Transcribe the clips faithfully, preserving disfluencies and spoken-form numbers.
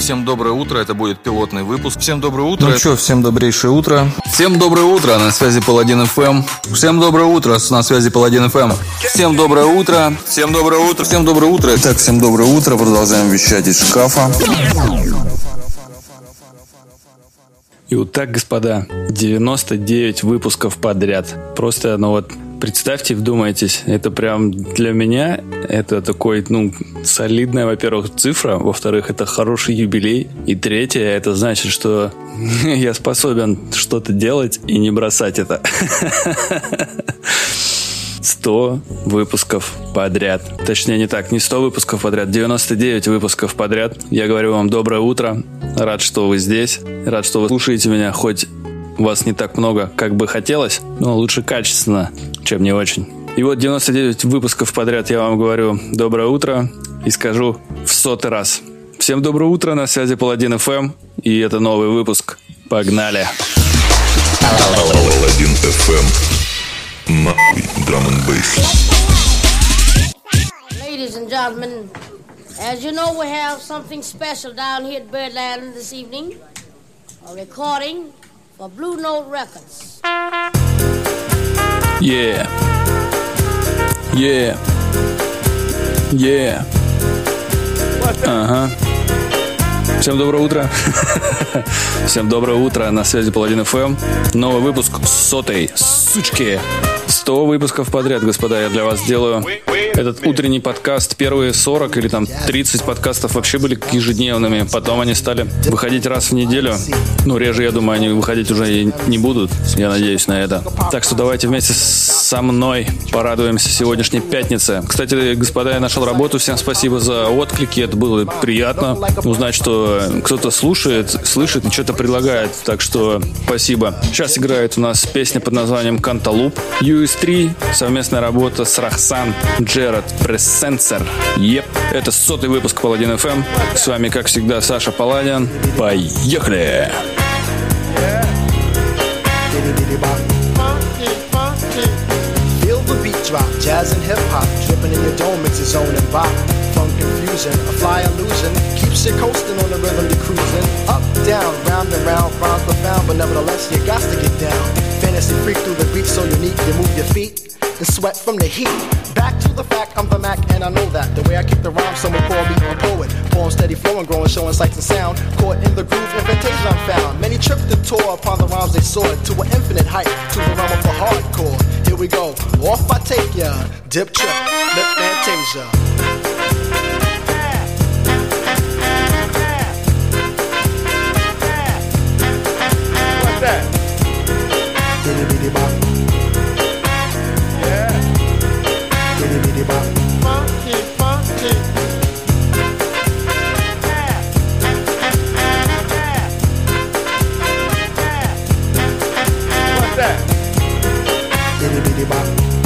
Всем доброе утро, это будет пилотный выпуск. Всем доброе утро. Ну что, всем добрейшее утро. Всем доброе утро, на связи Паладин эф эм. Всем доброе утро, на связи Паладин эф эм. Всем доброе утро. Всем доброе утро. Всем доброе утро. Итак, всем доброе утро, продолжаем вещать из шкафа. И вот так, господа, девяносто девять выпусков подряд. Просто, ну вот, представьте, вдумайтесь, это прям для меня, это такой, ну, солидная, во-первых, цифра, во-вторых, это хороший юбилей, и третье, это значит, что я способен что-то делать и не бросать это. сто выпусков подряд. Точнее, не так, не сто выпусков подряд, девяносто девять выпусков подряд. Я говорю вам доброе утро. Рад, что вы здесь. Рад, что вы слушаете меня, хоть вас не так много, как бы хотелось, но лучше качественно, чем не очень. И вот девяносто девять выпусков подряд я вам говорю доброе утро и скажу в сотый раз. Всем доброе утро, на связи Паладин эф эм, и это новый выпуск. Погнали! Паладин эф эм. Нахуй драм н бейс. Ladies and gentlemen, as you know, we have something special down here at Birdland this evening. A recording for Blue Note Records. Yeah. Yeah. Yeah. Ага. Всем доброе утро. Всем доброе утро, на связи Паладин эф эм. Новый выпуск сотый, сучки. сто выпусков подряд, господа, я для вас делаю этот утренний подкаст. Первые сорок или там тридцать подкастов вообще были ежедневными. Потом они стали выходить раз в неделю. Ну, реже, я думаю, они выходить уже и не будут. Я надеюсь на это. Так что давайте вместе со мной порадуемся сегодняшней пятнице. Кстати, господа, я нашел работу. Всем спасибо за отклики. Это было приятно узнать, что кто-то слушает, слышит и что-то предлагает. Так что спасибо. Сейчас играет у нас песня под названием «Канталуп». ю эс три. Совместная работа с Рахсан, Джеред, Пресенсер. Еп. Это сотый выпуск Паладин эф эм. С вами, как всегда, Саша Паладин. Поехали! Feel the beat drop, jazz and hip hop, dripping in your dome, it's a zone and bop. Funk confusion, a fly illusion, keeps you coasting on the rhythm you're cruising. Up, down, round and round, rhymes profound, but nevertheless you got to get down. Fantasy freak through the beat so unique, you move your feet and sweat from the heat. Back to the fact, I'm the Mac and I know that. The way I kick the rhyme, someone call me a poet. Poem steady flowing, growing, showing sights and sound. Caught in the groove, invitation I'm found. Many tripped and tore upon the rhymes they soared to an infinite height, to the realm of the hardcore. Here we go, off I take ya, dip trip, lip fantasia. What's that? Bitty bitty bop. Yeah. Bitty bitty bop. Funky, funky. What's that? Bitty bitty bop.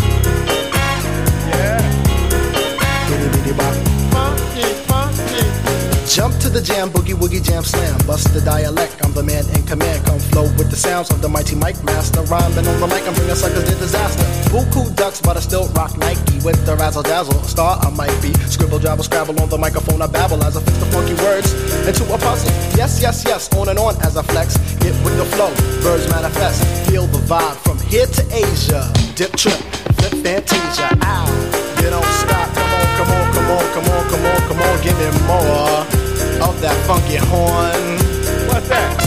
Yeah. Bitty bitty bop. Funky, funky. Jump to the jam, boogie woogie jam slam. Bust the dialect, I'm the man in command. Come flow with the sounds of the mighty mic master. Rhyming on the mic, I'm bringing suckers to disaster. Buku ducks, but I still rock Nike with the razzle dazzle. A star I might be. Scribble, jabble, scrabble on the microphone. I babble as I fix the funky words into a puzzle. Yes, yes, yes, on and on as I flex. Get with the flow, birds manifest. Feel the vibe from here to Asia. Dip trip, flip fantasia. Ow, you don't stop. Come on, come on, come on, come on, come on, come on. Give me more of that funky horn. What's that?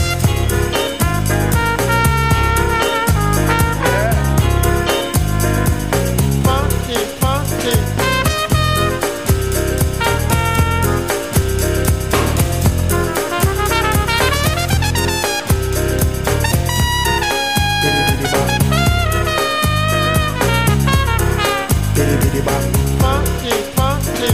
Yeah. Funky, funky. Bitty bitty bop. Bitty bitty bop. Funky, funky.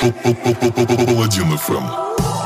Паладин эф эм.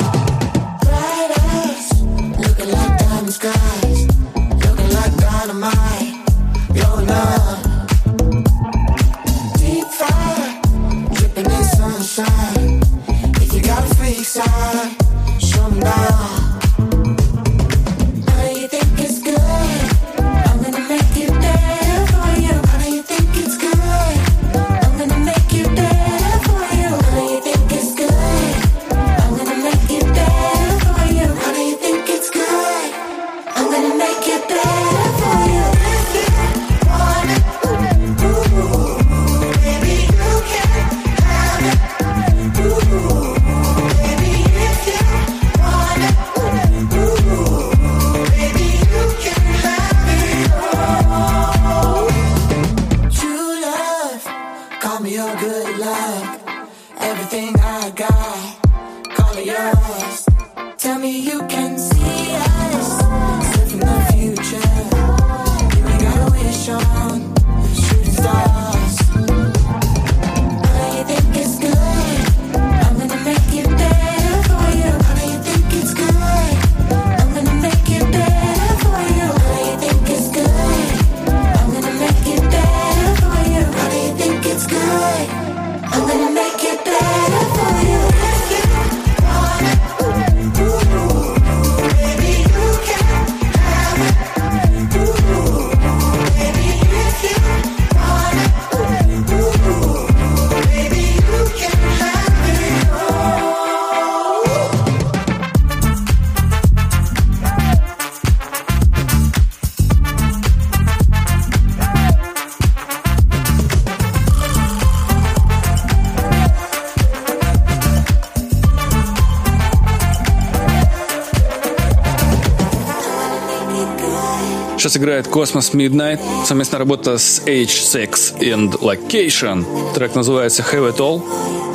Сейчас играет Cosmos Midnight, совместная работа с Age, Sex and Location. Трек называется Have It All.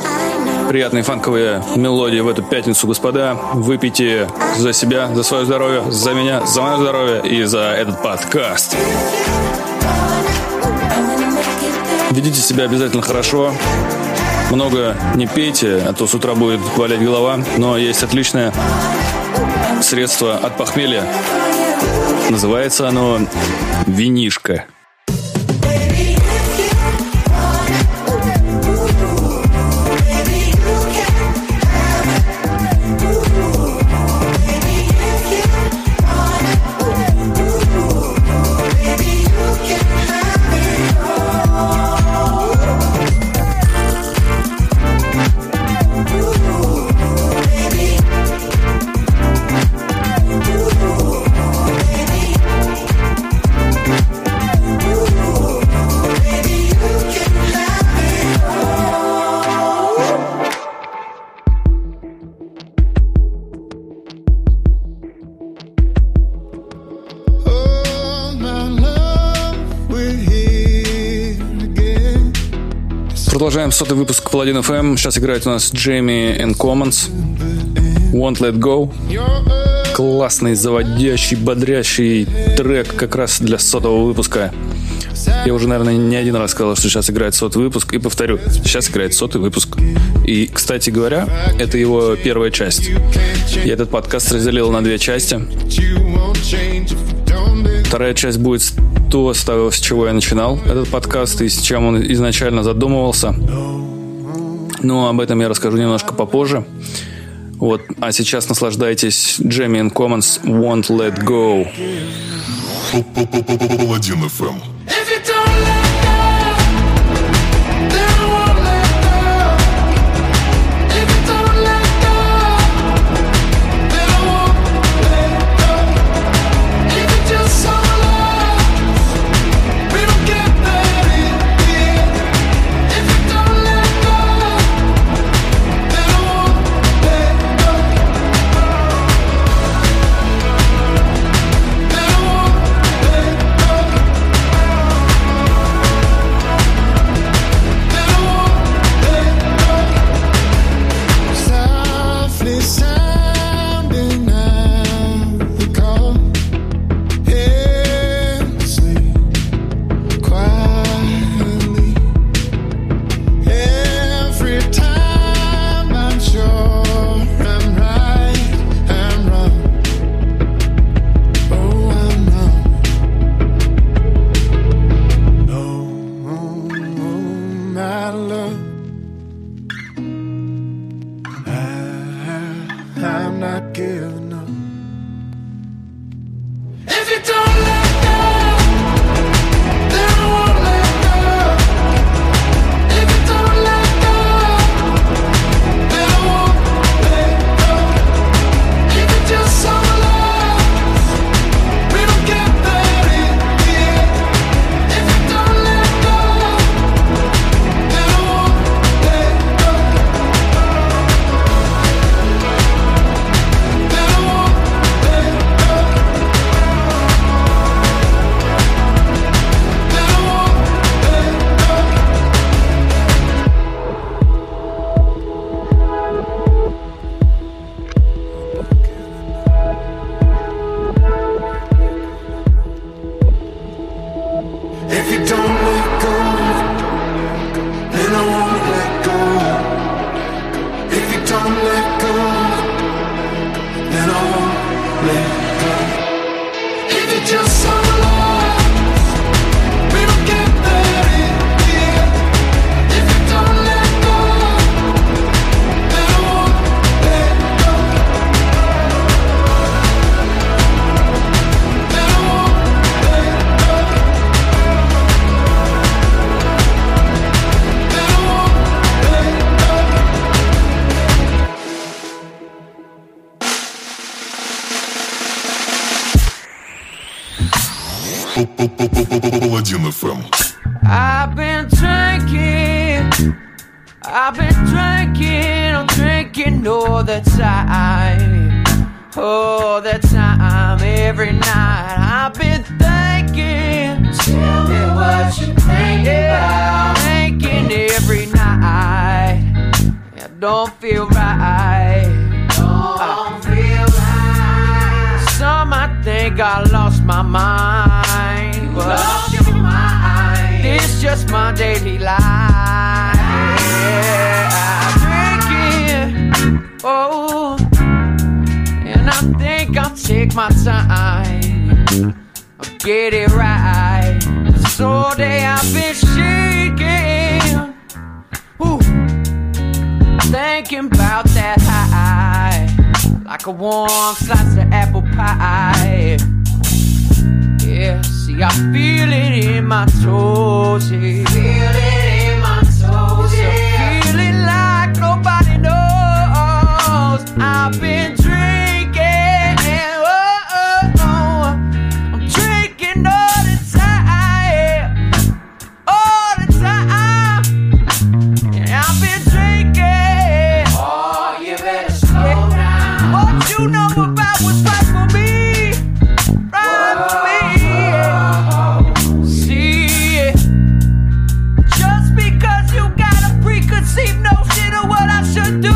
Приятные фанковые мелодии в эту пятницу, господа. Выпейте за себя, за свое здоровье, за меня, за мое здоровье и за этот подкаст. Ведите себя обязательно хорошо. Много не пейте, а то с утра будет болеть голова. Но есть отличное средство от похмелья. Называется оно винишко. Продолжаем сотый выпуск Паладин эф эм. Сейчас играет у нас Jamie and Commons Won't Let Go. Классный, заводящий, бодрящий трек как раз для сотого выпуска. Я уже, наверное, не один раз сказал, что сейчас играет сотый выпуск. И повторю, сейчас играет сотый выпуск. И, кстати говоря, это его первая часть. Я этот подкаст разделил на две части. Вторая часть будет то, с чего я начинал этот подкаст и с чем он изначально задумывался. Но об этом я расскажу немножко попозже. Вот. А сейчас наслаждайтесь Jamie and Commons Won't Let Go. Паладин эф эм. Let not giving up. If you don't let go, then I won't let go. If you don't let go, then I won't let go. If you just so lost, we don't get there in the end. If you don't let go, then I won't let go. Then I won't let go. Then I won't let go. If you don't let go, then I won't let go. If you don't let go, then I won't let go. If you just so lost, we don't get there in the end. If you don't let go, then I won't let go. Then I won't let go. Then I won't let go. Паладин эф эм. I've been drinking, I've been drinking, I'm drinking all the time, all the time, every night. I've been thinking, tell me what you think about, thinking every night. I don't feel right, don't feel right. Some might think I lost my mind, but lost your mind. It's just my daily life. Yeah, I'm drinking, oh, and I think I'll take my time, I'll get it right. This whole day I've been shaking, ooh, thinking about that high, like a warm slice of apple pie. Yeah, see, I feel it in my toes, yeah. Feel it in my toes, yeah. Feeling like nobody knows. I've been drinking, oh, oh, oh. I'm drinking all the time, all the time. Yeah, I've been drinking. Oh, you better slow down. What you know about what's right for me, right for me. See, just because you got a preconceived notion of what I should do,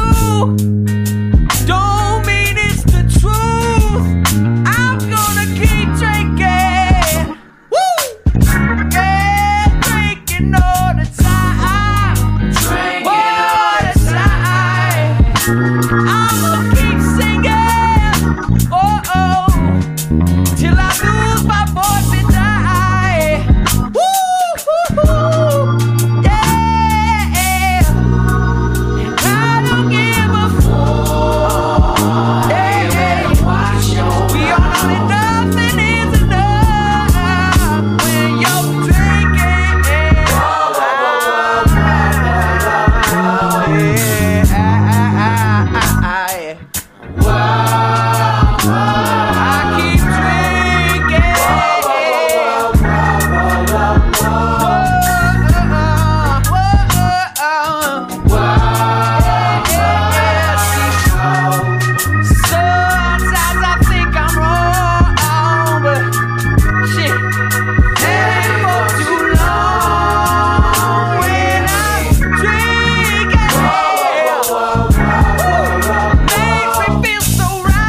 don't mean it's the truth. I'm gonna keep drinking, woo, yeah, drinking all the time, drinking all the time. I'ma keep singing, oh oh, till I lose my voice and die. Woo, woo, woo, yeah. And I don't give a fuck. Yeah, yeah. We all know that nothing is enough when you're drinking. I keep drinking. Sometimes I think I'm wrong, but shit, that ain't for too long when I'm drinking. Makes me feel so right.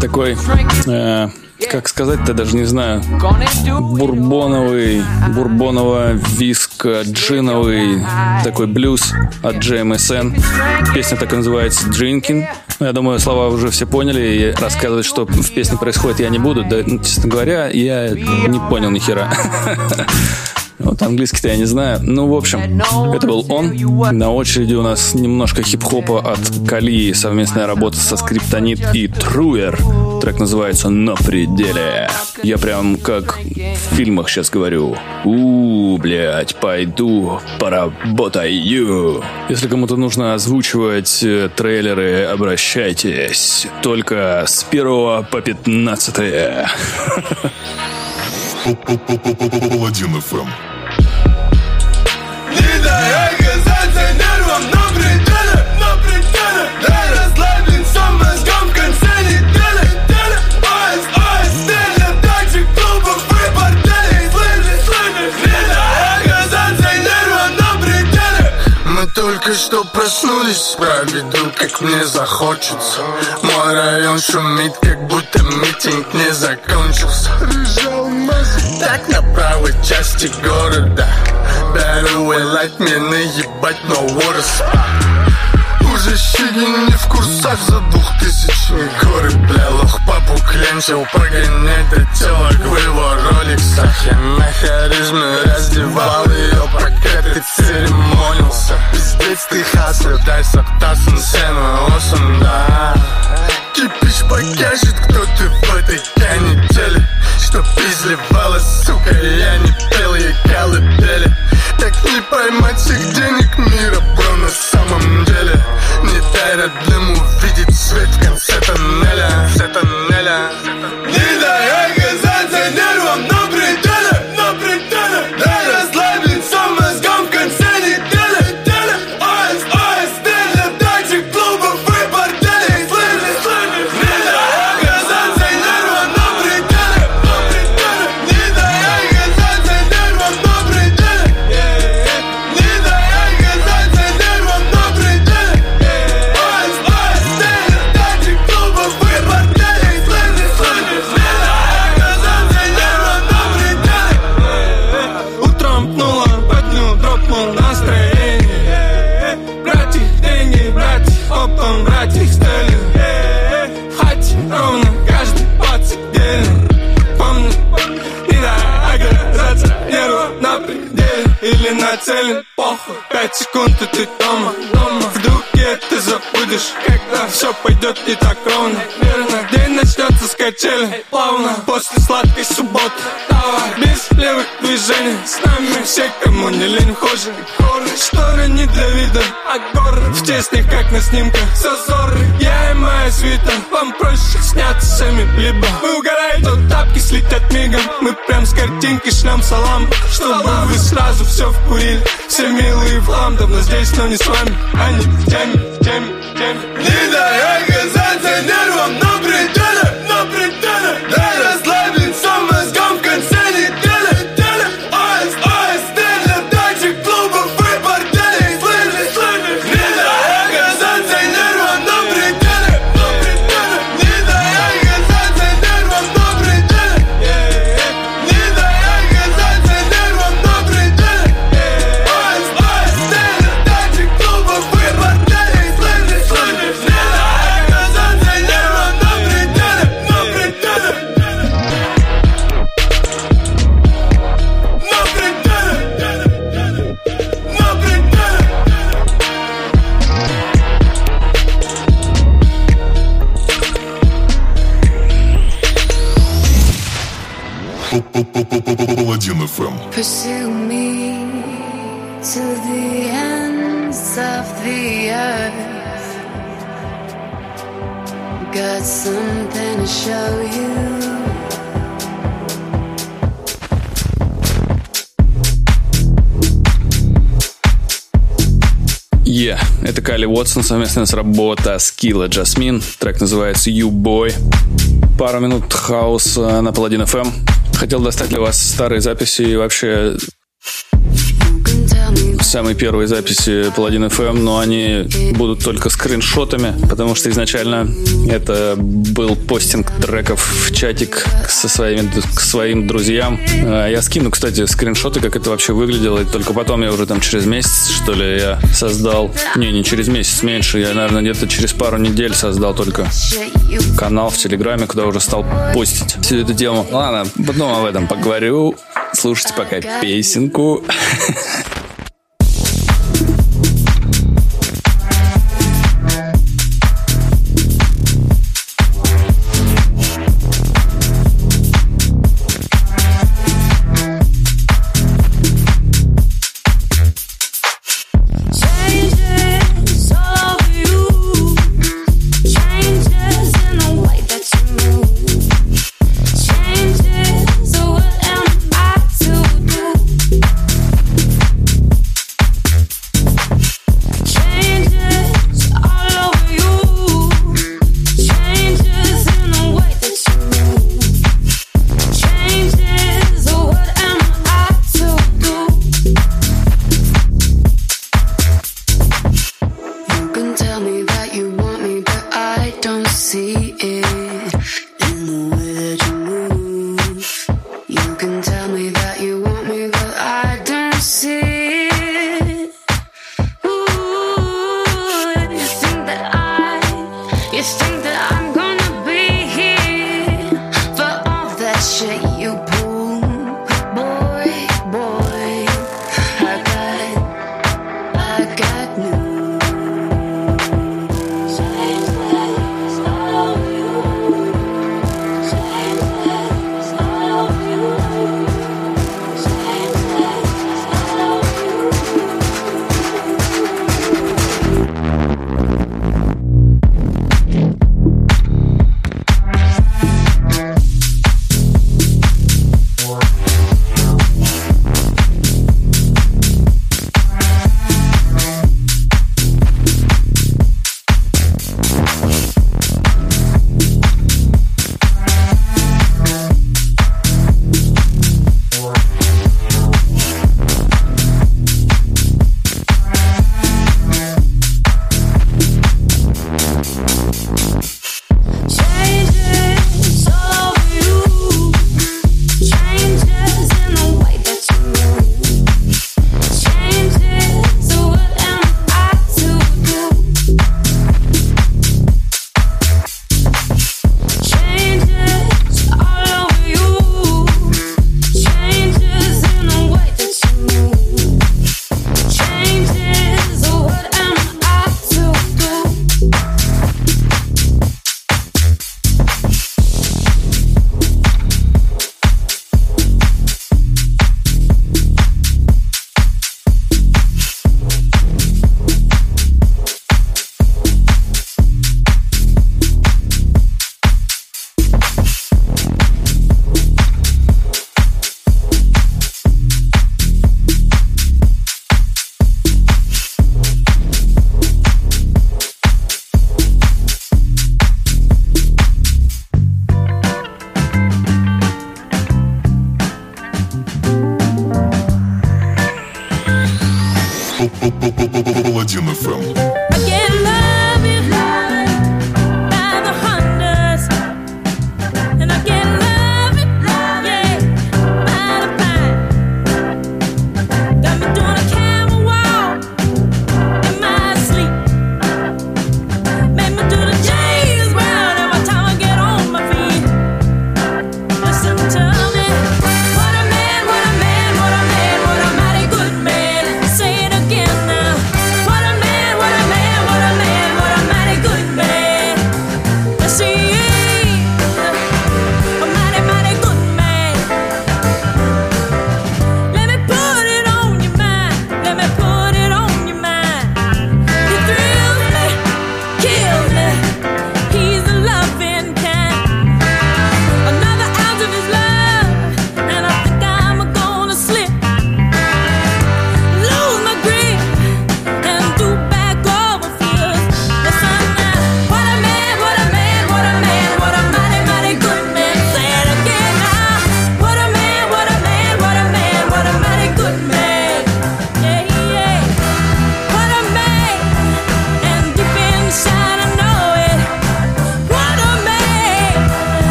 такой, э, как сказать-то, даже не знаю, бурбоновый, бурбоново-виско-джиновый такой блюз от джей эм эс эн. Песня так и называется «Drinking». Я думаю, слова уже все поняли, и рассказывать, что в песне происходит, я не буду. Да, честно говоря, я не понял ни хера. Вот английский-то я не знаю. Ну, в общем, это был он. На очереди у нас немножко хип-хопа от Калии. Совместная работа со Скриптонит и Труер. Трек называется «На пределе». Я прям как в фильмах сейчас говорю. У, блядь, пойду поработаю. Если кому-то нужно озвучивать трейлеры, обращайтесь. Только с первого по пятнадцатое. Паладин эф эм. Не дай оказаться нервом на пределе, на пределе. Дай расслабиться мозгом в конце недели. Айс, айс, стильно, танчик, клубов и борделей. Слышишь, слышишь? Не дай оказаться нервом на пределе. Мы только что проснулись, проведу, как мне захочется. Мой район шумит, как будто митинг не закончился. Так на правой части города беру и лайт, мне наебать, но water spot. Уже щеги не в курсах за двухтысячные горы. Бля, лох папу клянчил, погонять до телок в его роликсах. Я на харизме раздевал ее, пока ты церемонился. Пиздец, ты хаслер, дай саптасен сену осом, да. Кипиш покажет, кто ты в этой канители. Что изливала, сука, я не пел, ей колыбели. Так не поймать всех денег мира, бро, на самом деле. Не дай родным увидеть свет в конце тоннеля, конце тоннеля. Не дай оказаться нервом на пределе, на пределе. Дай расслабиться мозгом в конце недели. Айс, айс, стильно, танчик, клубов и борделей. Слышишь, слышишь? Не дай оказаться нервом на пределе, на пределе. Не дай оказаться нервом на пределе. Не дай оказаться нервом на пределе. Айс, айс, стильно, танчик, клубов и борделей. Слышишь, слышишь? Не дай оказаться нервом на пределе. Утром пнула, подню, дропнул настроение. Брать их деньги, брать оптом, брать их стели. В хате ровно каждый пацик делен. Помню, не дай оказаться нервом на пределе. Или нацелен, похуй, пять секунд и ты дома, дома. В духе ты забудешь, когда все пойдет не так ровно. Верно, день начнется с качели, плавно, после сладкой субботы. Давай, без левых движений, с нами все, кому не лень, хуже. Шторы не для вида, а горы в теснях, как на снимках. Зазоры, я и моя свита, вам проще сняться сами, либо вы угораете, то тапки слетят мигом. Мы прям с картинки шлем салам, чтобы вы сразу все вкурили. Все милые в хлам, давно здесь, но не с вами. Они в теме, в теме, в теме. Не дай оказаться нервом на пределе, на пределе. Дай расслабиться мозгом в конце недели. Айс, айс, стильно, танчик, клубов и борделей. Слышишь, слышишь? Не дай оказаться нервом на пределе, на пределе. Не дай оказаться нервом на пределе. Не дай оказаться нервом на пределе. Айс, айс, стильно, танчик, клубов и борделей. Слышишь, слышишь? Не дай оказаться нервом на пределе, на пределе. На пределе, на пределе. Паладин эф эм. Pursue me to the ends of the earth. Got something to show you. Yeah, это Кайли Уотсон, совместная с работа Скилла Джасмин. Трек называется You Boy. Пару минут хаоса на Паладин эф эм. Хотел достать для вас старые записи и вообще самые первые записи Паладин эф эм, но они будут только скриншотами, потому что изначально это был постинг треков в чатик со своими, к своим друзьям. Я скину, кстати, скриншоты, как это вообще выглядело, и только потом я уже там через месяц, что ли, я создал... Не, не через месяц, меньше. Я, наверное, где-то через пару недель создал только канал в Телеграме, куда уже стал постить всю эту тему. Ладно, потом об этом поговорю. Слушайте пока песенку.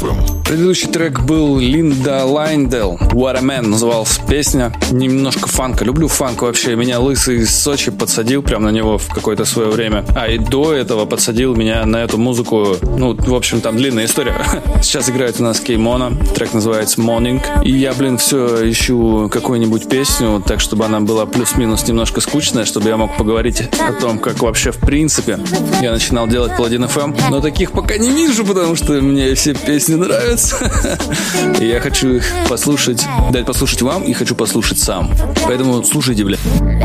эф эм. Предыдущий трек был Линда Лайндел, What a Man называлась песня. Немножко фанка. Люблю фанк вообще. Меня лысый из Сочи подсадил прям на него в какое-то свое время. А и до этого подсадил меня на эту музыку. Ну, в общем, там длинная история. Сейчас играет у нас Кеймона. Трек называется Morning. И я, блин, все ищу какую-нибудь песню, так, чтобы она была плюс-минус немножко скучная, чтобы я мог поговорить о том, как вообще в принципе я начинал делать Паладин эф эм. Но таких пока не вижу, потому что мне все песни нравятся. И я хочу их послушать, дать послушать вам, и хочу послушать сам. Поэтому слушайте, бля.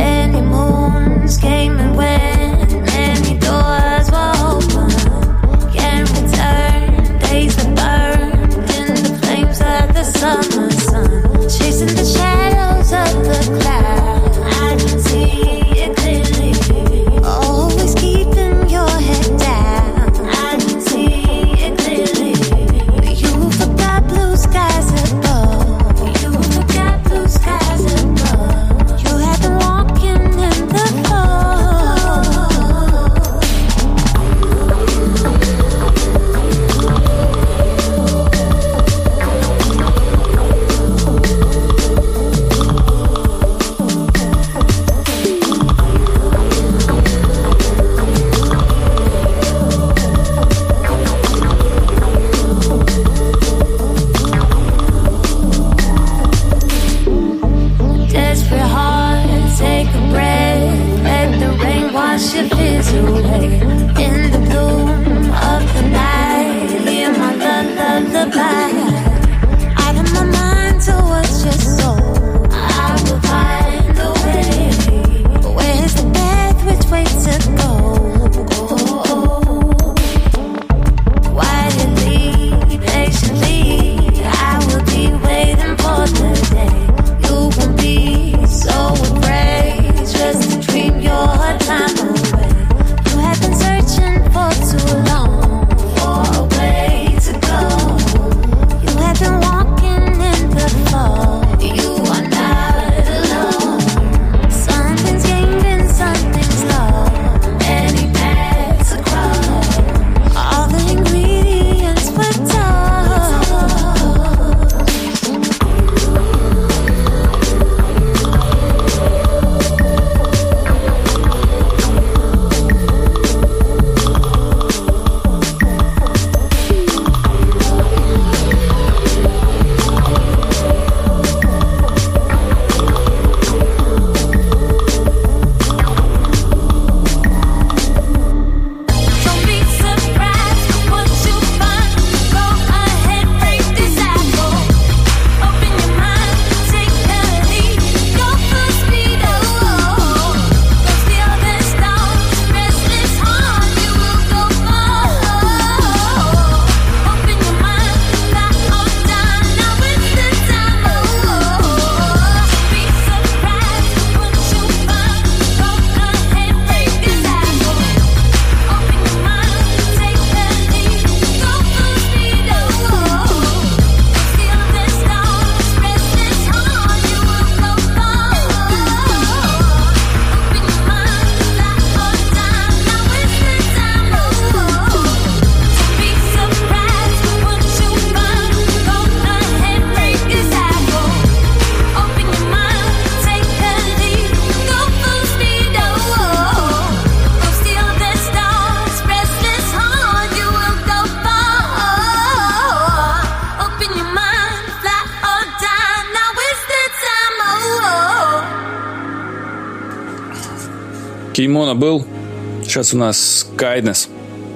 Кеймона был. Сейчас у нас Kindness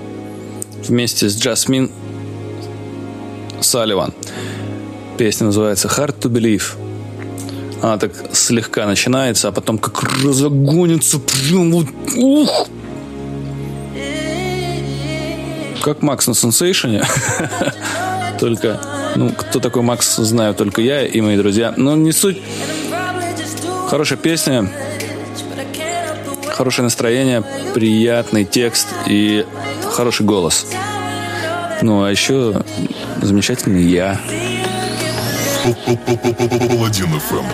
вместе с Джасмин Салливан. Песня называется Hard to Believe. Она так слегка начинается, а потом как разогонится прям вот. Ух! Как Макс на Сенсейшене. Только, ну, кто такой Макс, знаю только я и мои друзья. Но не суть. Хорошая песня. Хорошее настроение, приятный текст и хороший голос. Ну, а еще замечательный я. Паладин эф эм.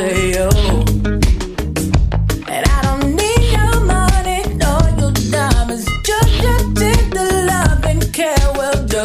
say oh. And I don't need your money nor your diamonds, just your tender love and care will do.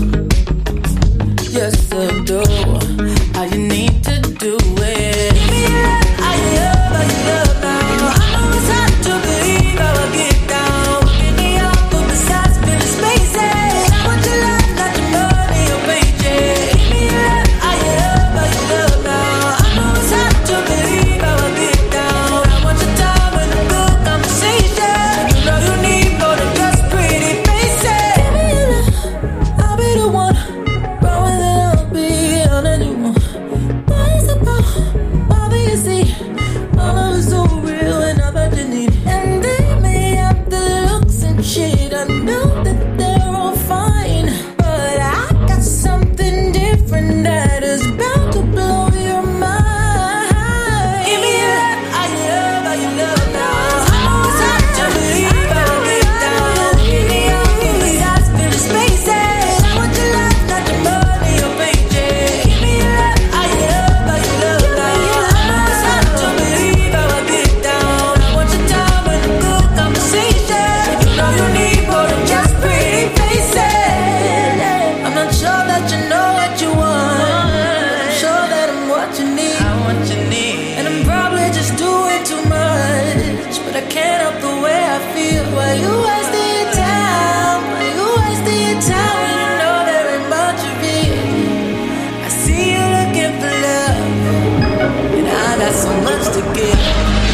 Yes, will do. All you need to do is give me love, I love, I love now. I know it's hard to believe how I get down. Walking the up of the sides, filling spaces. I want your love, not your money or paycheck. Give me love, I love, I love now. I know it's hard to believe how I get down. I want your time and a good conversation. You know you need more than just pretty faces. Give me love, I'll be the one. Promise that I'll be honest you want. What is it about? Obviously, all of it's so real and all that you need. And they may have the looks and shit. I know that they're all fine, but I got something different that is bound to blow your mind. Give me love, I love, I love now. I know it's hard to believe how I get down. Give me all from the sides, fill the spaces. I want your love, not your money or paycheck. Give me love, I love, I love now. I know it's hard to believe how I get down. I want your time and a good conversation. You know you need more than just pretty faces. I'm not sure that you know what you want. I'm sure that I'm what you need. I want you need. And I'm probably just doing too much, but I can't help the way I feel. Why you wasting your time? Why you wasting your time when you know there ain't much of it? I see you looking for love, and I got so much to give.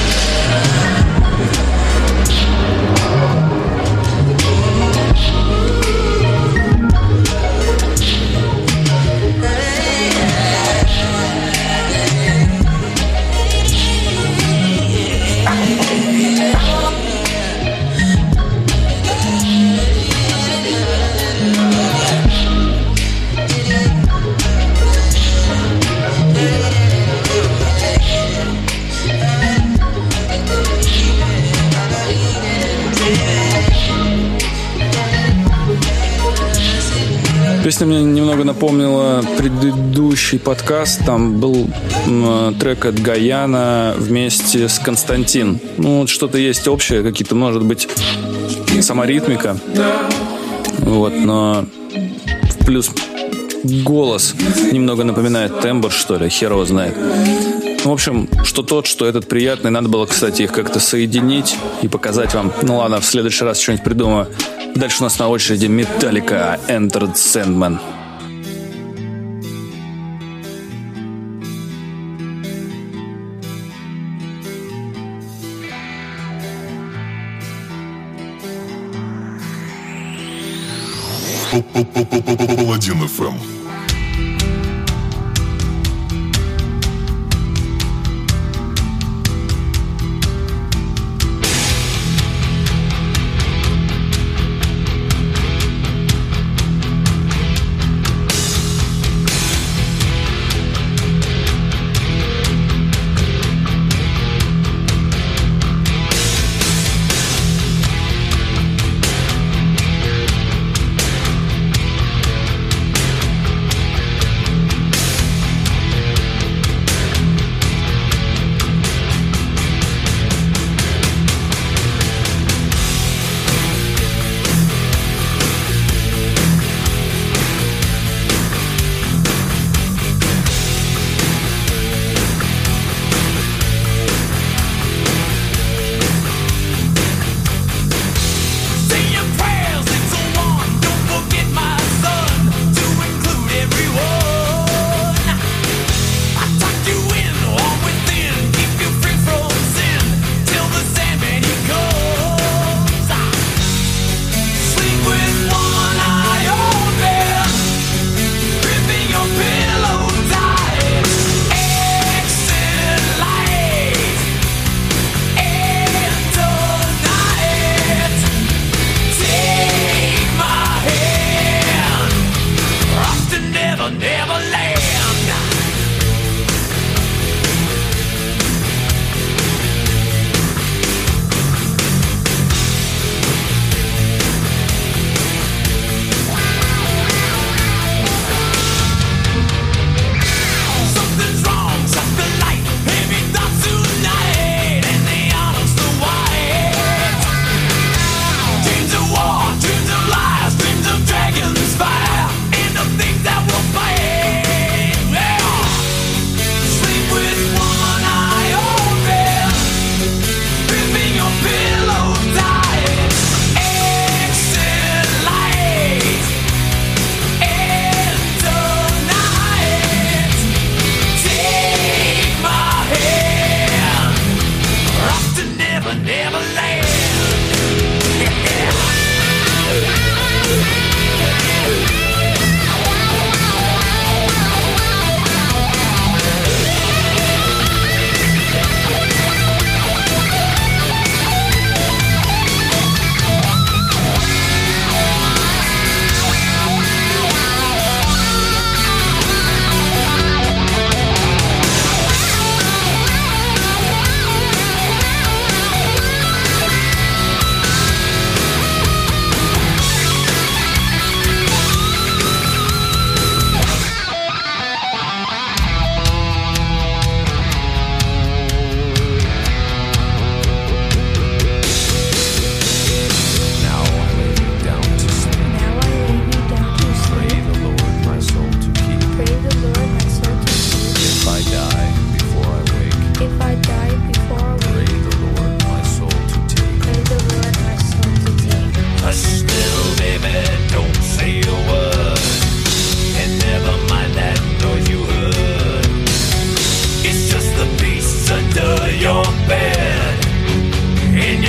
Песня мне немного напомнила предыдущий подкаст. Там был м, трек от Гаяна вместе с Константин. Ну, вот что-то есть общее, какие-то, может быть, сама ритмика. Вот, но плюс голос немного напоминает тембр, что ли, хер его знает. В общем, что тот, что этот приятный. Надо было, кстати, их как-то соединить и показать вам. Ну ладно, в следующий раз что-нибудь придумаю. Дальше у нас на очереди Metallica, Enter Sandman. Паладин эф эм.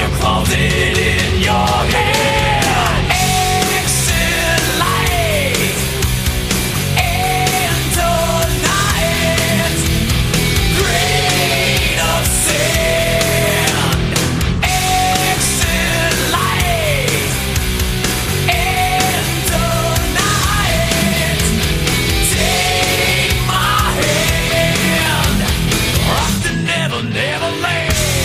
close it in your hand. Exit light into night. Grain of sand. Exit light into night. Take my hand. Off to never, never land.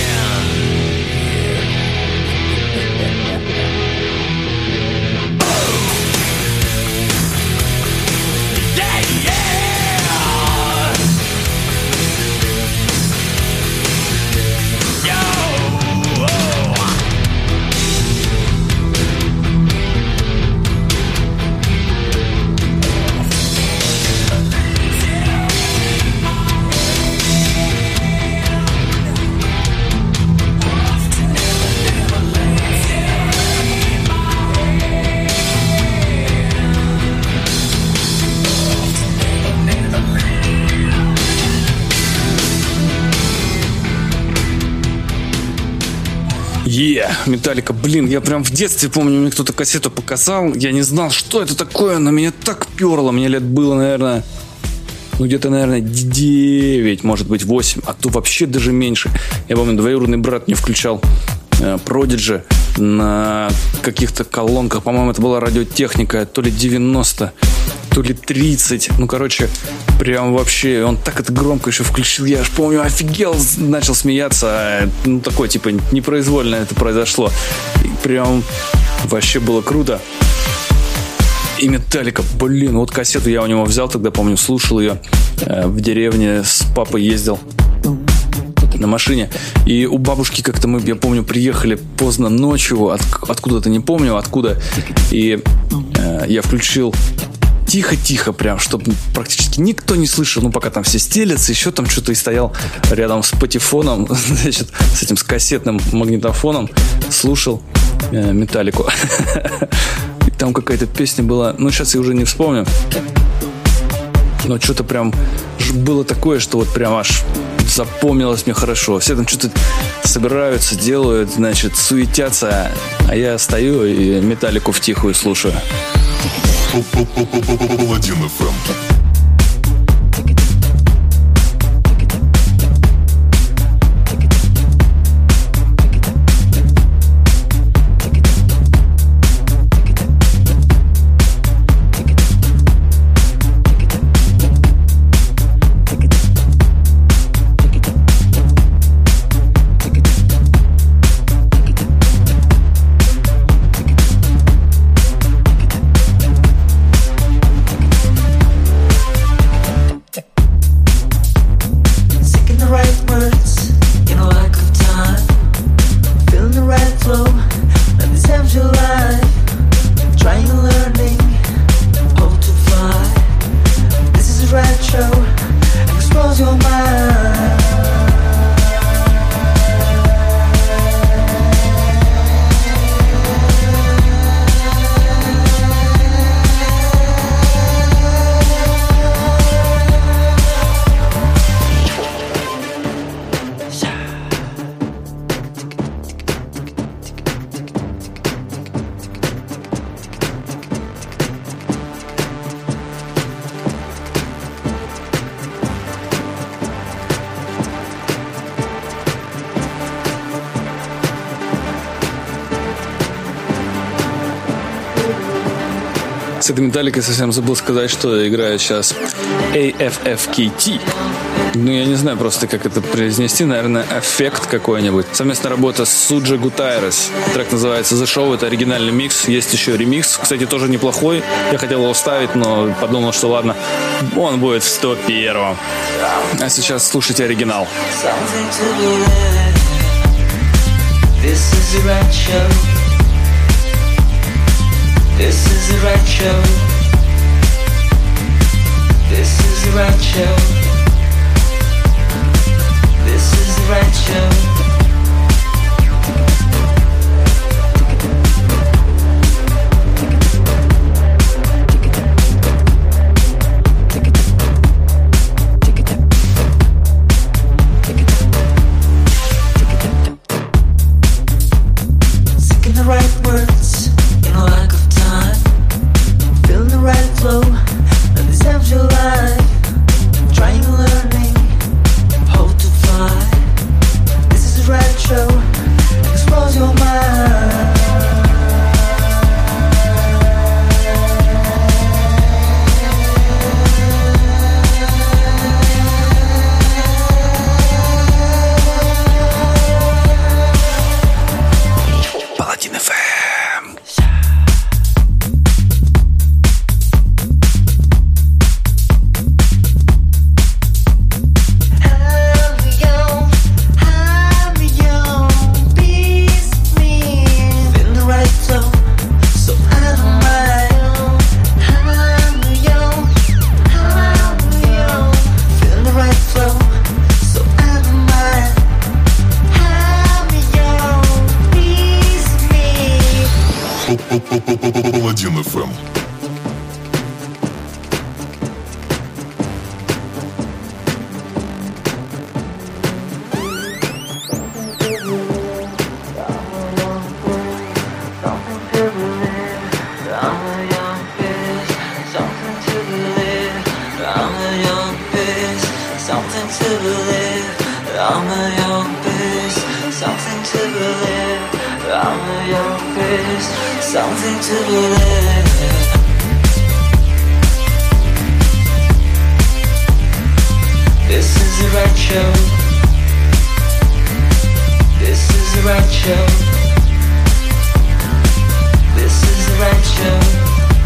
Е, Металлика, блин, я прям в детстве помню, мне кто-то кассету показал, я не знал, что это такое, но меня так перло, мне лет было, наверное, ну где-то, наверное, девять, может быть, восемь, а то вообще даже меньше. Я помню, двоюродный брат мне включал э, Продиджи на каких-то колонках, по-моему, это была радиотехника, то ли девяносто, то ли тридцать, ну, короче, прям вообще, он так это громко еще включил, я аж помню, офигел, начал смеяться, ну, такое, типа, непроизвольно это произошло, и прям вообще было круто. И Металлика, блин, вот кассету я у него взял, тогда, помню, слушал ее, э, в деревне с папой ездил на машине, и у бабушки как-то мы, я помню, приехали поздно ночью, от, откуда-то не помню, откуда, и э, я включил тихо-тихо прям, чтобы практически никто не слышал, ну, пока там все стелятся, еще там что-то, и стоял рядом с патефоном, значит, с этим, с кассетным магнитофоном, слушал э, Металлику. И там какая-то песня была, ну, сейчас я уже не вспомню, но что-то прям было такое, что вот прям аж запомнилось мне хорошо. Все там что-то собираются, делают, значит, суетятся, а я стою и Металлику втихую слушаю. Паладин эф эм. С этой Металликой совсем забыл сказать, что играю сейчас эй эф эф кей ти. Ну, я не знаю просто, как это произнести. Наверное, эффект какой-нибудь. Совместная работа с Суджи Гутайрес. Трек называется The Show. Это оригинальный микс. Есть еще ремикс. Кстати, тоже неплохой. Я хотел его вставить, но подумал, что ладно, он будет в сто первом. А сейчас слушайте оригинал. This is the right show. This is the right show. This is the right show. This is the right show. Паладин эф эм. Something to believe. This is the right show. This is the right show. This is the right show.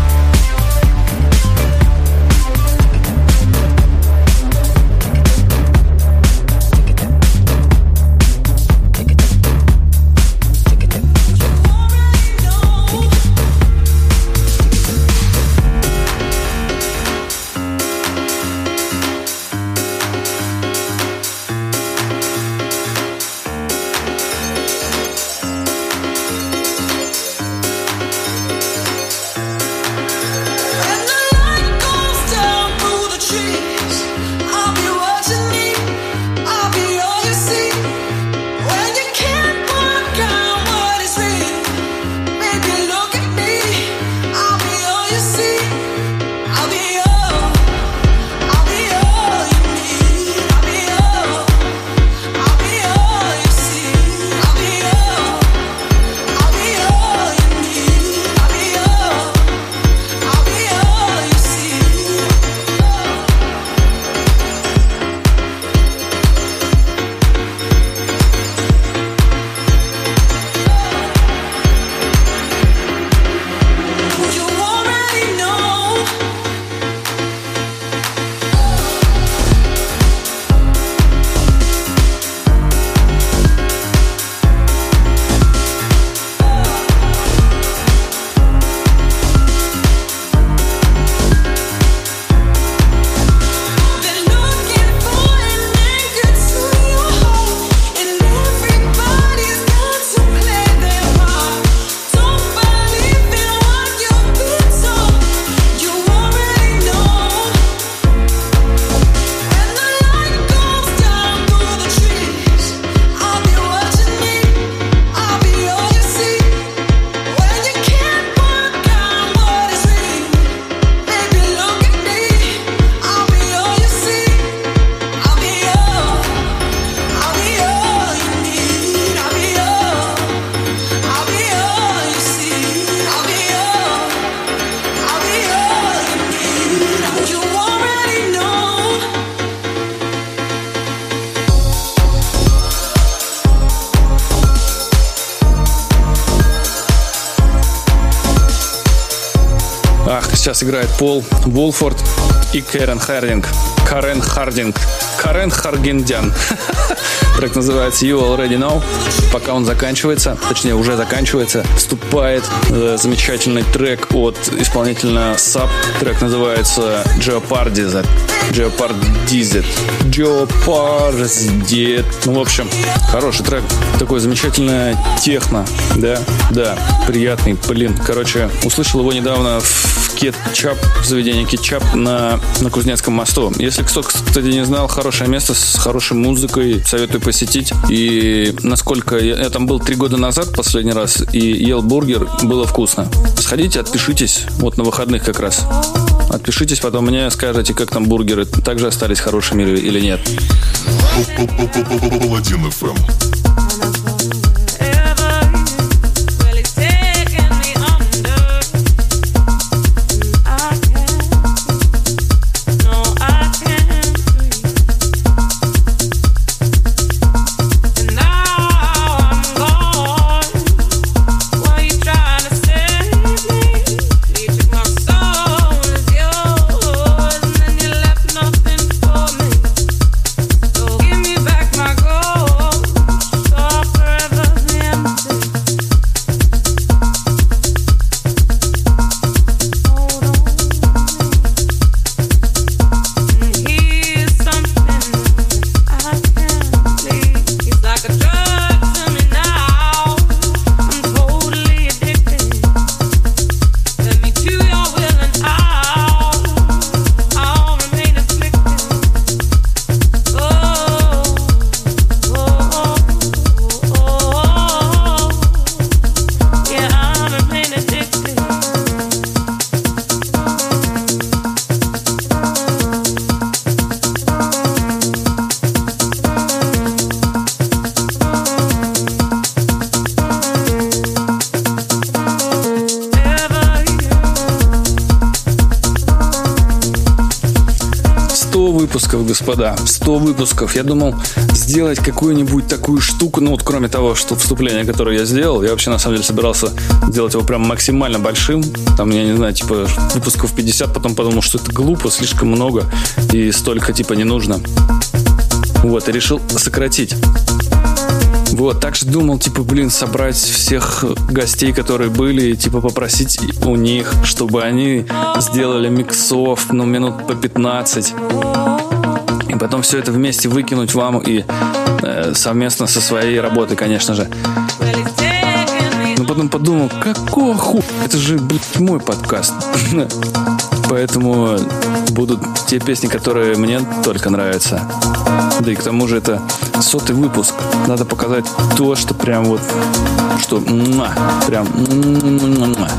Сейчас играет Пол Вулфорд и Карен Хардинг. Карен Хардинг. Карен Харгиндян. Трек называется You Already Know. Пока он заканчивается, точнее уже заканчивается, вступает э, замечательный трек от исполнителя Sub. Трек называется Jeopardized. Jeopardized. Jeopardized. Ну, в общем, хороший трек. Такой замечательное техно. Да, да, приятный. Блин, короче, услышал его недавно в Кетчап, в заведении Кетчап на, на Кузнецком мосту. Если кто, кстати, не знал, хорошее место с хорошей музыкой, советую посетить. И насколько я, я там был три года назад последний раз и ел бургер, было вкусно. Сходите, отпишитесь, вот на выходных как раз. Отпишитесь, потом мне скажете, как там бургеры также остались хорошими или нет. Паладин эф эм. Give me back my gold. выпусков, господа. сто выпусков. Я думал сделать какую-нибудь такую штуку, ну вот кроме того, что вступление, которое я сделал, я вообще на самом деле собирался сделать его прям максимально большим. Там, я не знаю, типа выпусков пятьдесят, потом подумал, что это глупо, слишком много и столько типа не нужно. Вот, и решил сократить. Вот, так что думал, типа, блин, собрать всех гостей, которые были, типа, попросить у них, чтобы они сделали миксов, ну, минут по пятнадцать. И потом все это вместе выкинуть вам и э, совместно со своей работой, конечно же. Но потом подумал, какого ху... Это же, блядь, мой подкаст. Поэтому будут те песни, которые мне только нравятся. Да и к тому же это сотый выпуск. Надо показать то, что прям вот... Что... Муа, прям... Муа.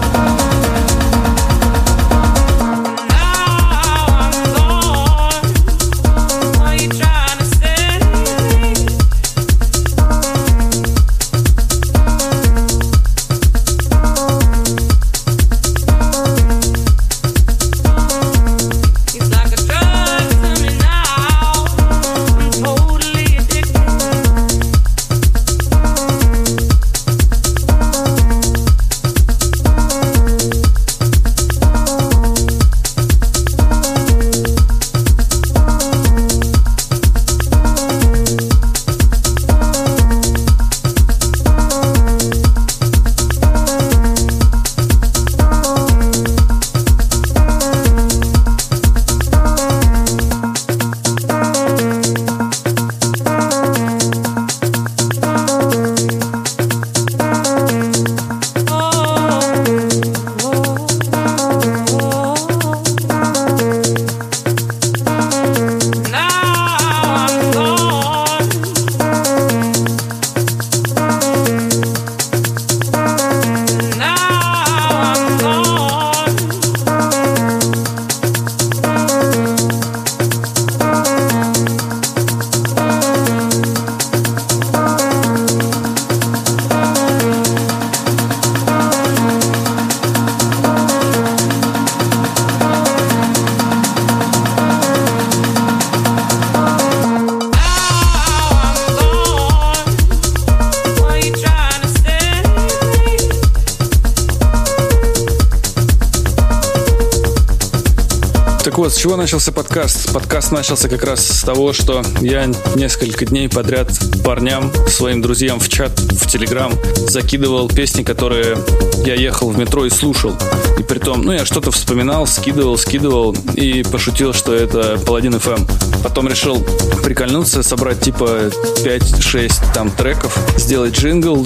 Вот, с чего начался подкаст? Подкаст начался как раз с того, что я несколько дней подряд парням, своим друзьям в чат, в Телеграм закидывал песни, которые я ехал в метро и слушал. И притом, ну, я что-то вспоминал, скидывал, скидывал и пошутил, что это Паладин эф эм. Потом решил прикольнуться, собрать типа пять-шесть там треков, сделать джингл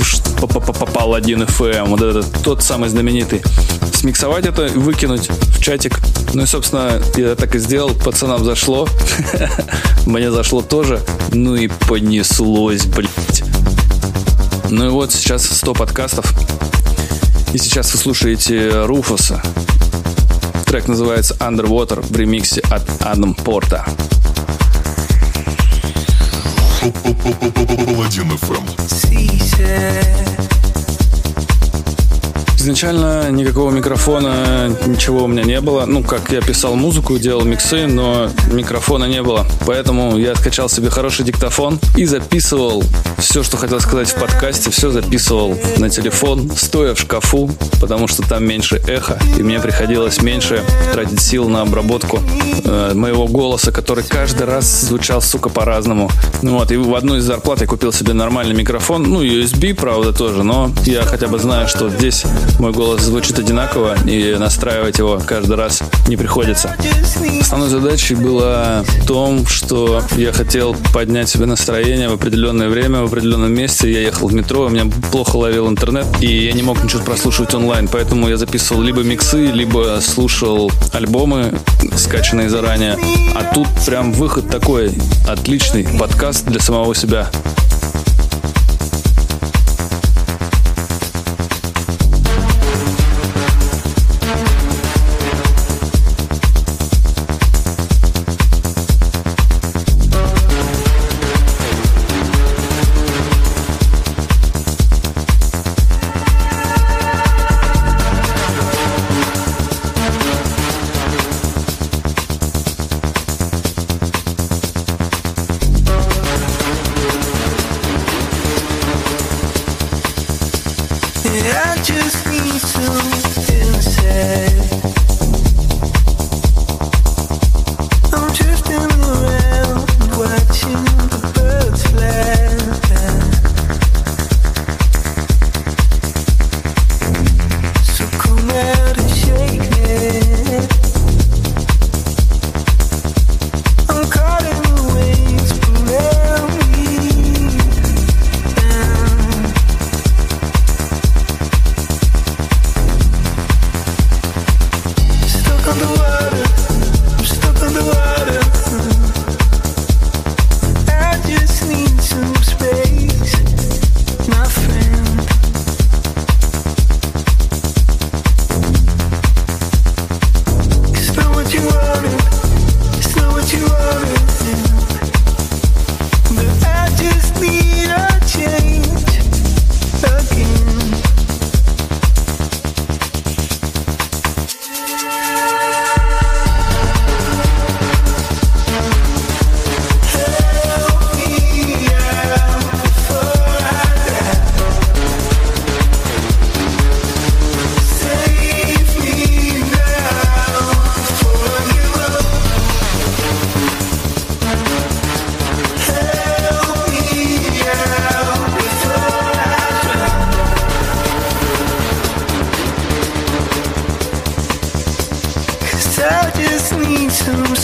Паладин эф эм, вот этот, тот самый знаменитый. Смиксовать это, выкинуть в чатик. Ну и, собственно, я так и сделал. Пацанам зашло. Мне зашло тоже. Ну и понеслось, блядь. Ну и вот сейчас сто подкастов. И сейчас вы слушаете Руфуса. Трек называется Underwater в ремиксе от Адам Порта. Паладин эф эм. Изначально никакого микрофона, ничего у меня не было. Ну, как я писал музыку, делал миксы, но микрофона не было. Поэтому я скачал себе хороший диктофон и записывал все, что хотел сказать в подкасте. Все записывал на телефон, стоя в шкафу, потому что там меньше эхо. И мне приходилось меньше тратить сил на обработку э, моего голоса, который каждый раз звучал, сука, по-разному. Ну, вот, и в одну из зарплат я купил себе нормальный микрофон. Ну, ю эс би, правда, тоже. Но я хотя бы знаю, что здесь мой голос звучит одинаково, и настраивать его каждый раз не приходится. Основной задачей было в том, что я хотел поднять себе настроение в определенное время, в определенном месте. Я ехал в метро, у меня плохо ловил интернет, и я не мог ничего прослушивать онлайн, поэтому я записывал либо миксы, либо слушал альбомы, скачанные заранее. А тут прям выход такой, отличный подкаст для самого себя.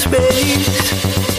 space.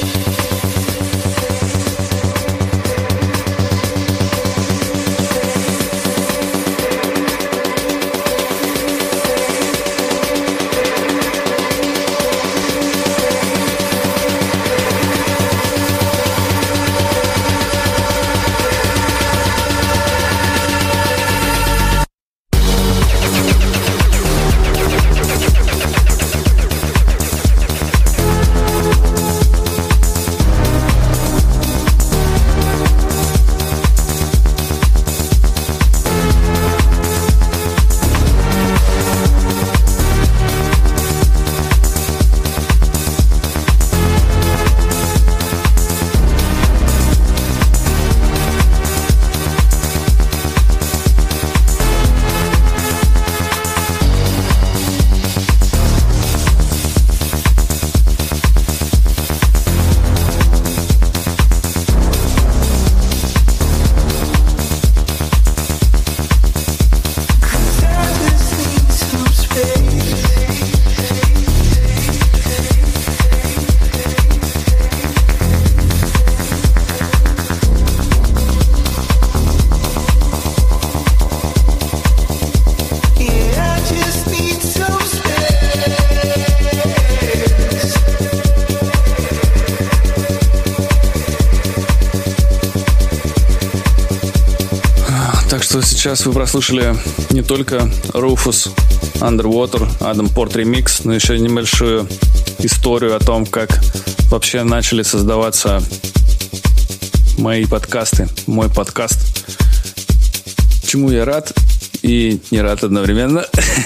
Сейчас вы прослушали не только Rufus Underwater, Adam Port Remix, но еще небольшую историю о том, как вообще начали создаваться мои подкасты, мой подкаст. Чему я рад и не рад одновременно.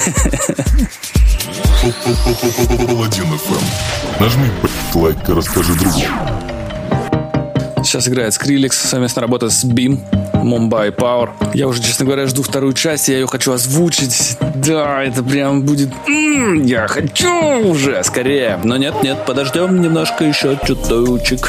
Паладин эф эм. Нажми лайк и расскажи другу. Сейчас играет Skrillex, совместно работает с Beam, Mumbai Power. Я уже, честно говоря, жду вторую часть, я ее хочу озвучить. Да, это прям будет... М-м, я хочу уже, скорее. Но нет, нет, подождем немножко еще чуточек.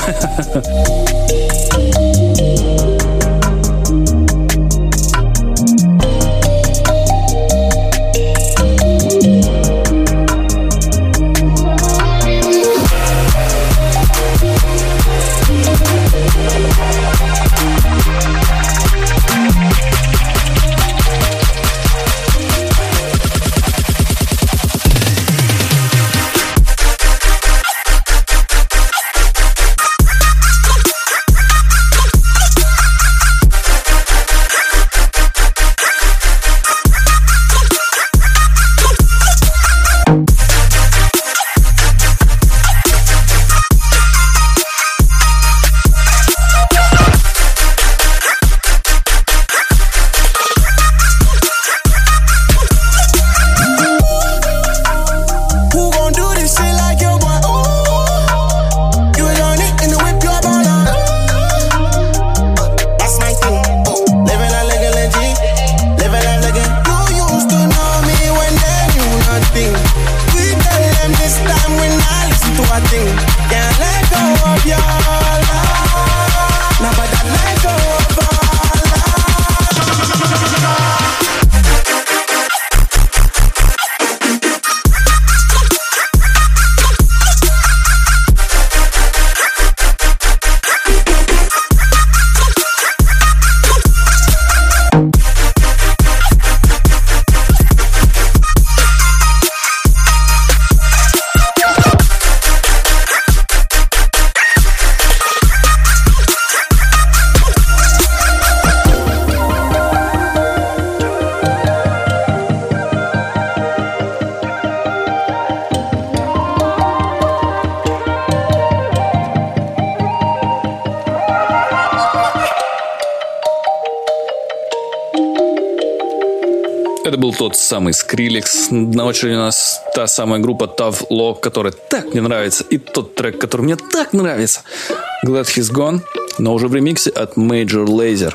Это был тот самый Skrillex. На очереди у нас та самая группа Tough Law, которая так мне нравится, и тот трек, который мне так нравится. Glad He's Gone, но уже в ремиксе от Major Lazer.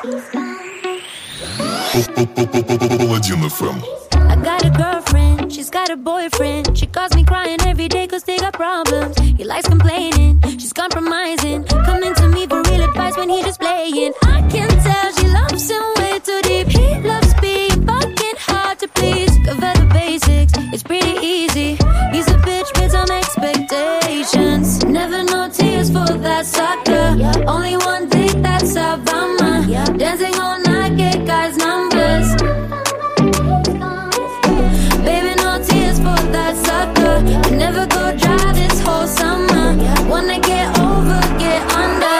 Паладин эф эм. I got a girlfriend, she's got a boyfriend. She calls me crying every day cause they got problems. He likes complaining, she's compromising. Coming to me for real advice when he just playing. I can tell she loves him way too deep. He loves being fucking hard to please. Cover the basics, it's pretty easy. He's a bitch with some expectations. Dancing all night, get guys' numbers. Baby, no tears for that sucker. I never go dry this whole summer. Wanna get over, get under.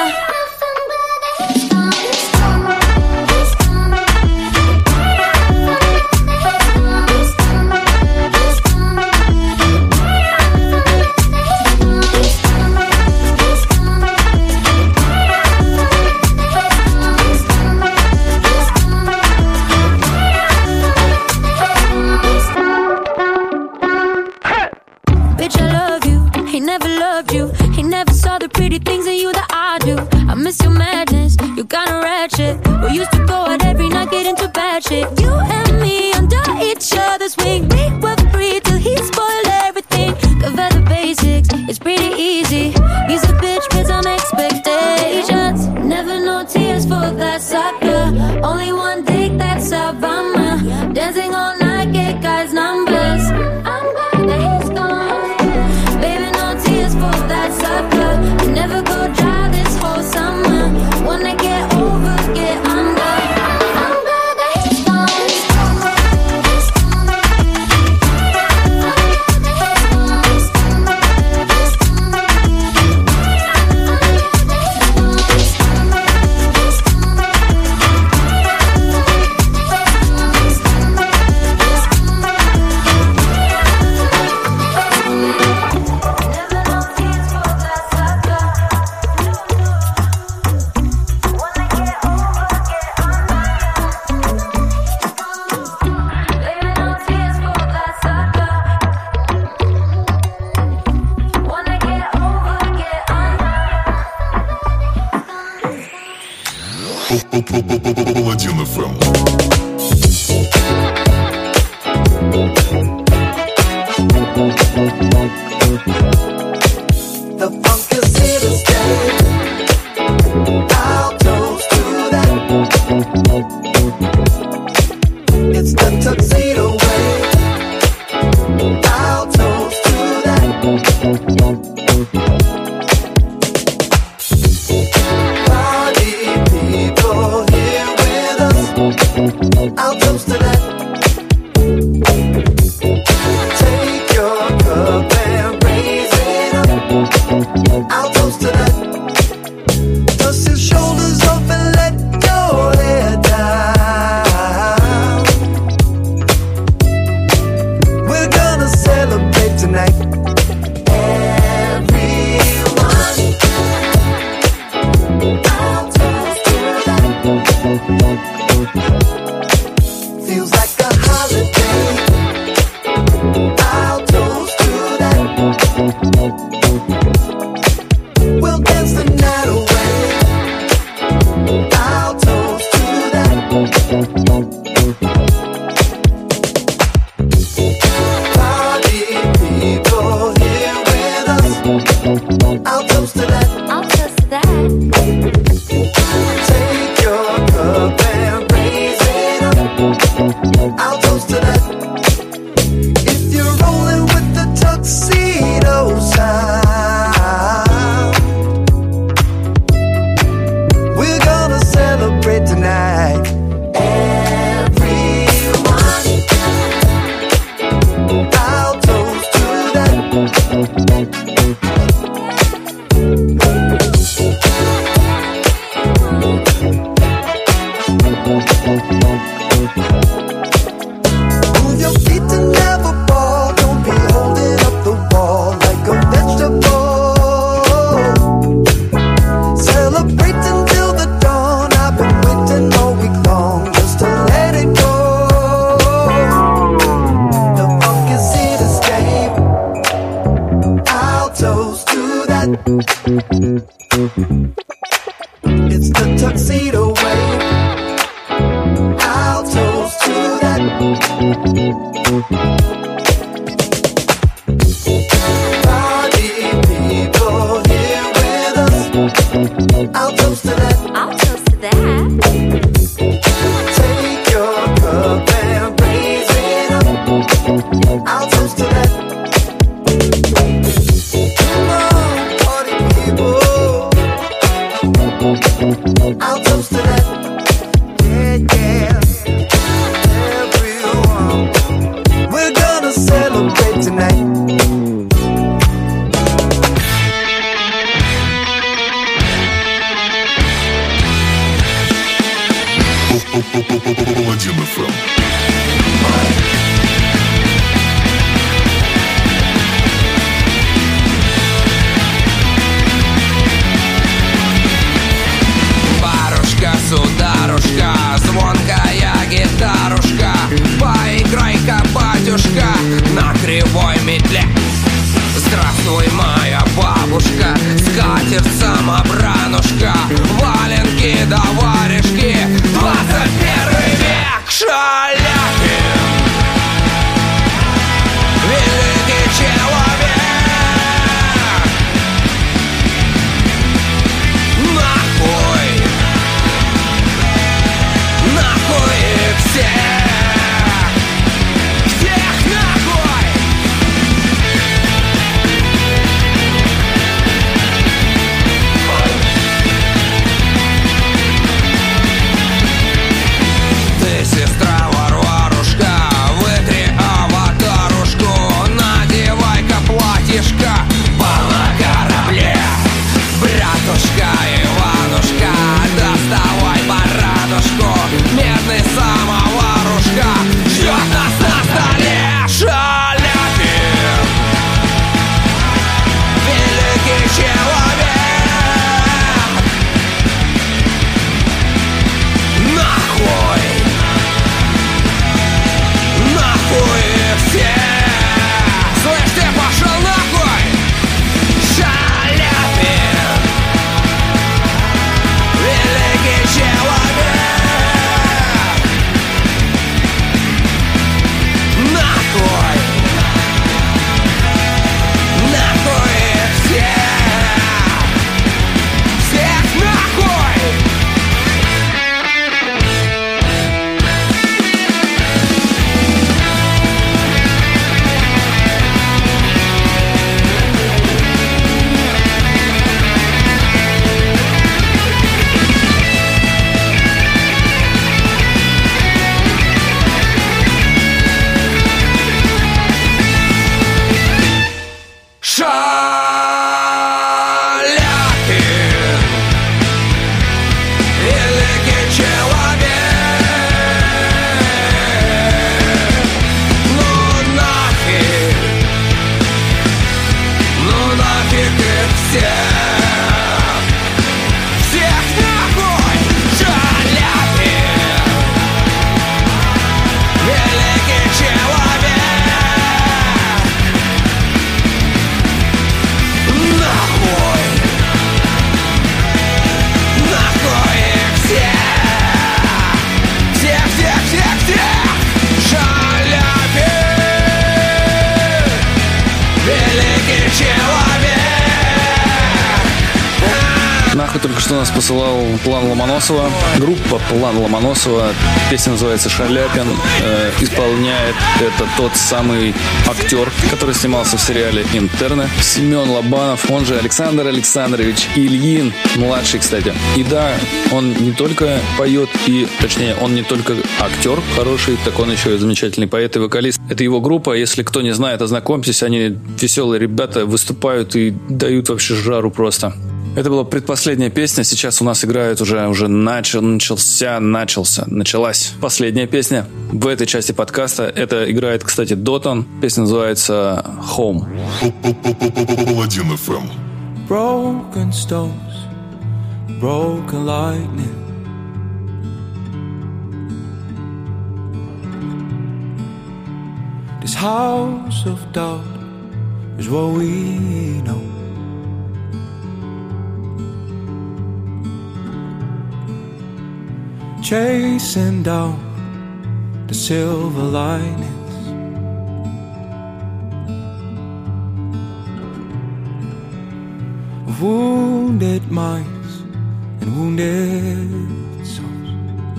He never saw the pretty things in you that I do. I miss your madness, you kinda ratchet. We used to go out every night, get into bad shit. You and me under each other's wing. We were free till he spoiled everything. Cover the basics, it's pretty easy. He's a bitch with some expectations. Never no tears for that sucker. Only one dick, that's a bummer. Dancing all night, get guys' numbers. I'm glad that he's gone. Baby, no tears for that sucker. I never go dry this whole summer. Wanna get over, get under. I'm glad that he's gone. Паладин эф эм. The funk is here to stay. I'll toast to that. It's the tuxedo way. I'll toast to that. Party people here with us. I'll toast to that. Take your cup and raise it up. I'll toast to that. Dust your shoulders off and let your head down. We're gonna celebrate tonight. Everyone, I'll toast to that. Feels like a holiday. I'll toast to that. We'll dance the night away. I'll toast to that. Party people here with us. I'll toast to that. I'll toast to that. Take your cup and raise it up. I'll toast to that. If you're rolling with the tuxedo sound, we're gonna celebrate tonight. Everyone, I'll toast to that. Move your feet and never fall. Don't be holding up the wall like a vegetable. Celebrate until the dawn. I've been waiting all week long just to let it go. The funk is here to stay. I'll toast to that. It's the tuxedo way. I'll toast to that. Party people here with us. I'll toast to that. I'll toast to that. Take your cup and raise it up. I'll toast to that. Come on, party people. I'll toast to that. Паладин эф эм. Сударушка, звонкая гитарушка, поиграй-ка, батюшка, на кривой метле. Здравствуй, моя бабушка, скатерть-самобранушка, валенки да варежки, двадцать первый век, Шаляпин, великий человек. Нахуй, нахуй их всех, всех нахуй. Ты, сестра Варварушка, вытри аватарушку, надевай-ка платьишко, на корабле. Братушка Иванушка, доставай баранушку, медный самоварушка ждет нас на столе. Шаляпин, великий человек. Нахуй, нахуй их всех. Слышь, ты пошел нахуй. Шаляпин, великий человек. Нахуй, нахуй их всех, всех нахуй. Шаляпин, великий человек. Ну нафиг, ну нафиг их всех, всех нахуй. Шаляпин, великий человек. Нахуй, нахуй их всех, всех, всех, всех, всех. Шаляпин, великий человек. Нахуй только что нас посылал План Ломоносова. Группа План Ломоносова. Песня называется «Шаляпин». Э, исполняет это тот самый актер, который снимался в сериале «Интерны». Семен Лобанов, он же Александр Александрович Ильин. Младший, кстати. И да, он не только поет, и, точнее, он не только актер хороший, так он еще и замечательный поэт и вокалист. Это его группа. Если кто не знает, ознакомьтесь. Они веселые ребята, выступают и дают вообще жару просто. Это была предпоследняя песня. Сейчас у нас играет уже, уже начал, начался, начался, началась последняя песня в этой части подкаста. Это играет, кстати, Дотон. Песня называется «Home». Паладин эф эм. Broken stones, broken lightning. This house of doubt is what we know. Chasing down the silver linings. Wounded minds and wounded souls.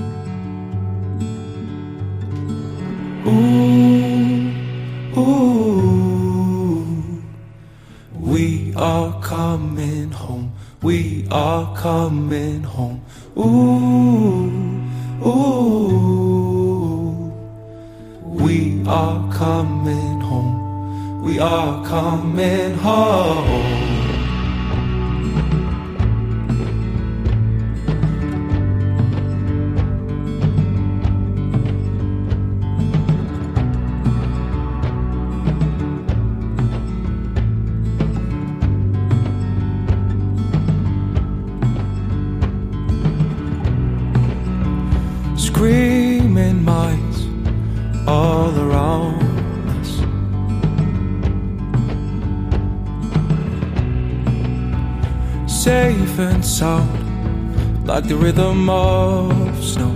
Ooh, ooh, we are coming home. We are coming home. Ooh, ooh, we are coming home. We are coming home. screaming minds all around us. Safe and sound, like the rhythm of snow.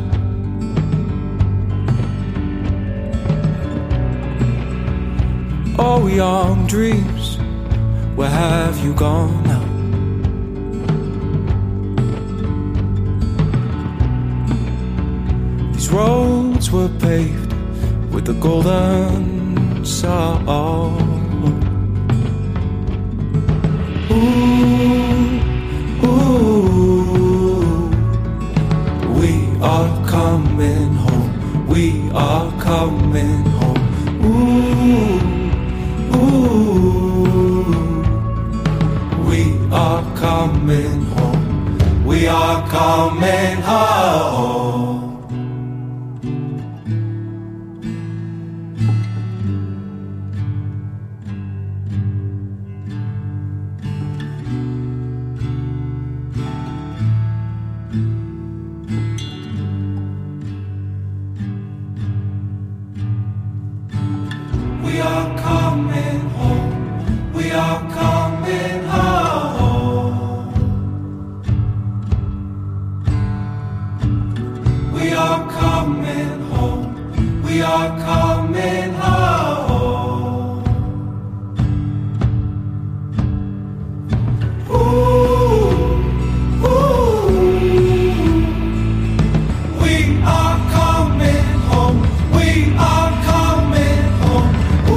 Oh, young dreams, where have you gone now? These roads were paved with the golden salt. Ooh, ooh, we are coming home. We are coming home. Ooh. Ooh, we are coming home. We are coming home. We are coming home. We are coming home. We are coming home. We are coming home. Ooh, ooh. We are coming home. We are coming home.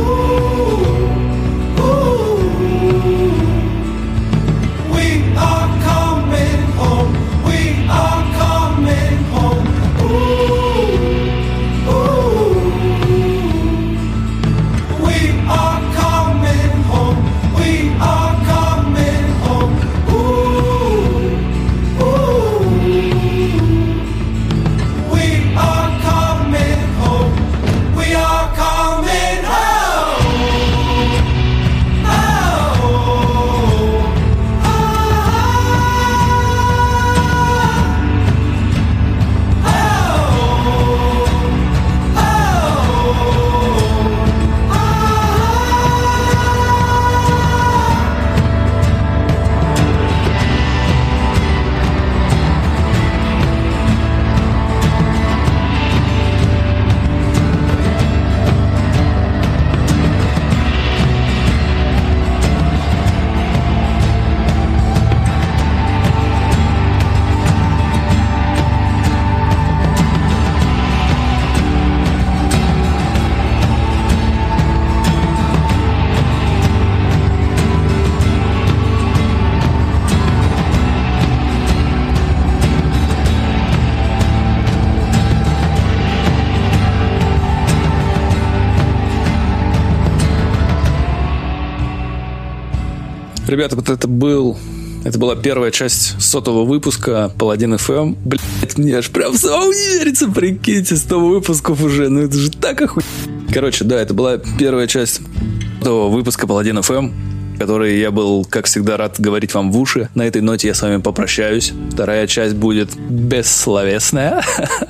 Ребята, вот это был... Это была первая часть сотого выпуска Паладин эф эм. Блять, мне аж прям самому не верится, прикиньте, сто выпусков уже. Ну это же так охуенно. Короче, да, это была первая часть сотого выпуска Паладин эф эм, который я был, как всегда, рад говорить вам в уши. На этой ноте я с вами попрощаюсь. Вторая часть будет бессловесная,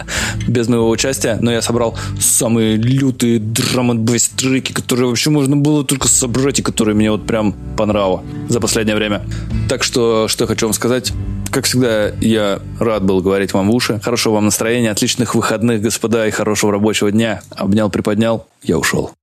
без моего участия. Но я собрал самые лютые драм-н-бейс треки, которые вообще можно было только собрать, и которые мне вот прям понравилось за последнее время. Так что, что хочу вам сказать. Как всегда, я рад был говорить вам в уши. Хорошего вам настроения, отличных выходных, господа, и хорошего рабочего дня. Обнял, приподнял, я ушел.